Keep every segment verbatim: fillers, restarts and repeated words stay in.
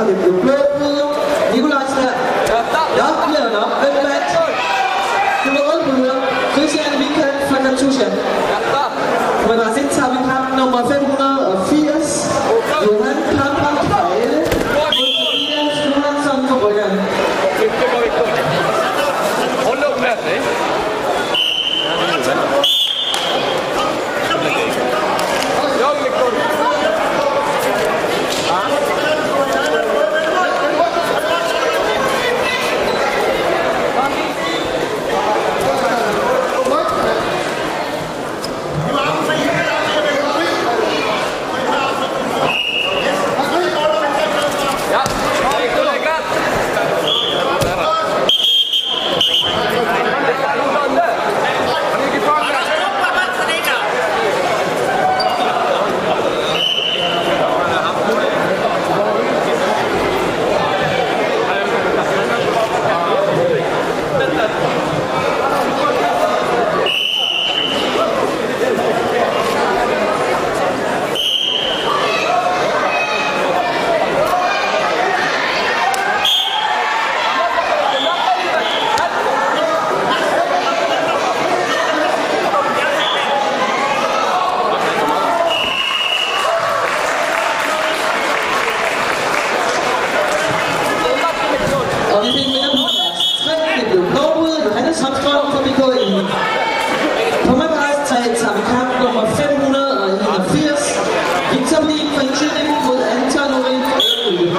og det blev blå puder. Nikolaj her. Ja, bliver nok. Hvem vandt? Det var røde puder. Christian Michael fra Katusha. På madras et tager vi kamp nummer fem hundrede og firs. Johan Kamper Fejle. Mod Tobias Johansson fra Bryggen. Hold op med det. På madras tre tager vi kamp nummer fem hundrede og enogfirs. Victor Blin fra Ingeniøring mod Anton Orin fra Østryge.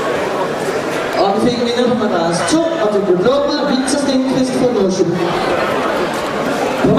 Og vi fik en vinder på madras to, og det blev lukket Victor Stenqvist fra Nordsjø.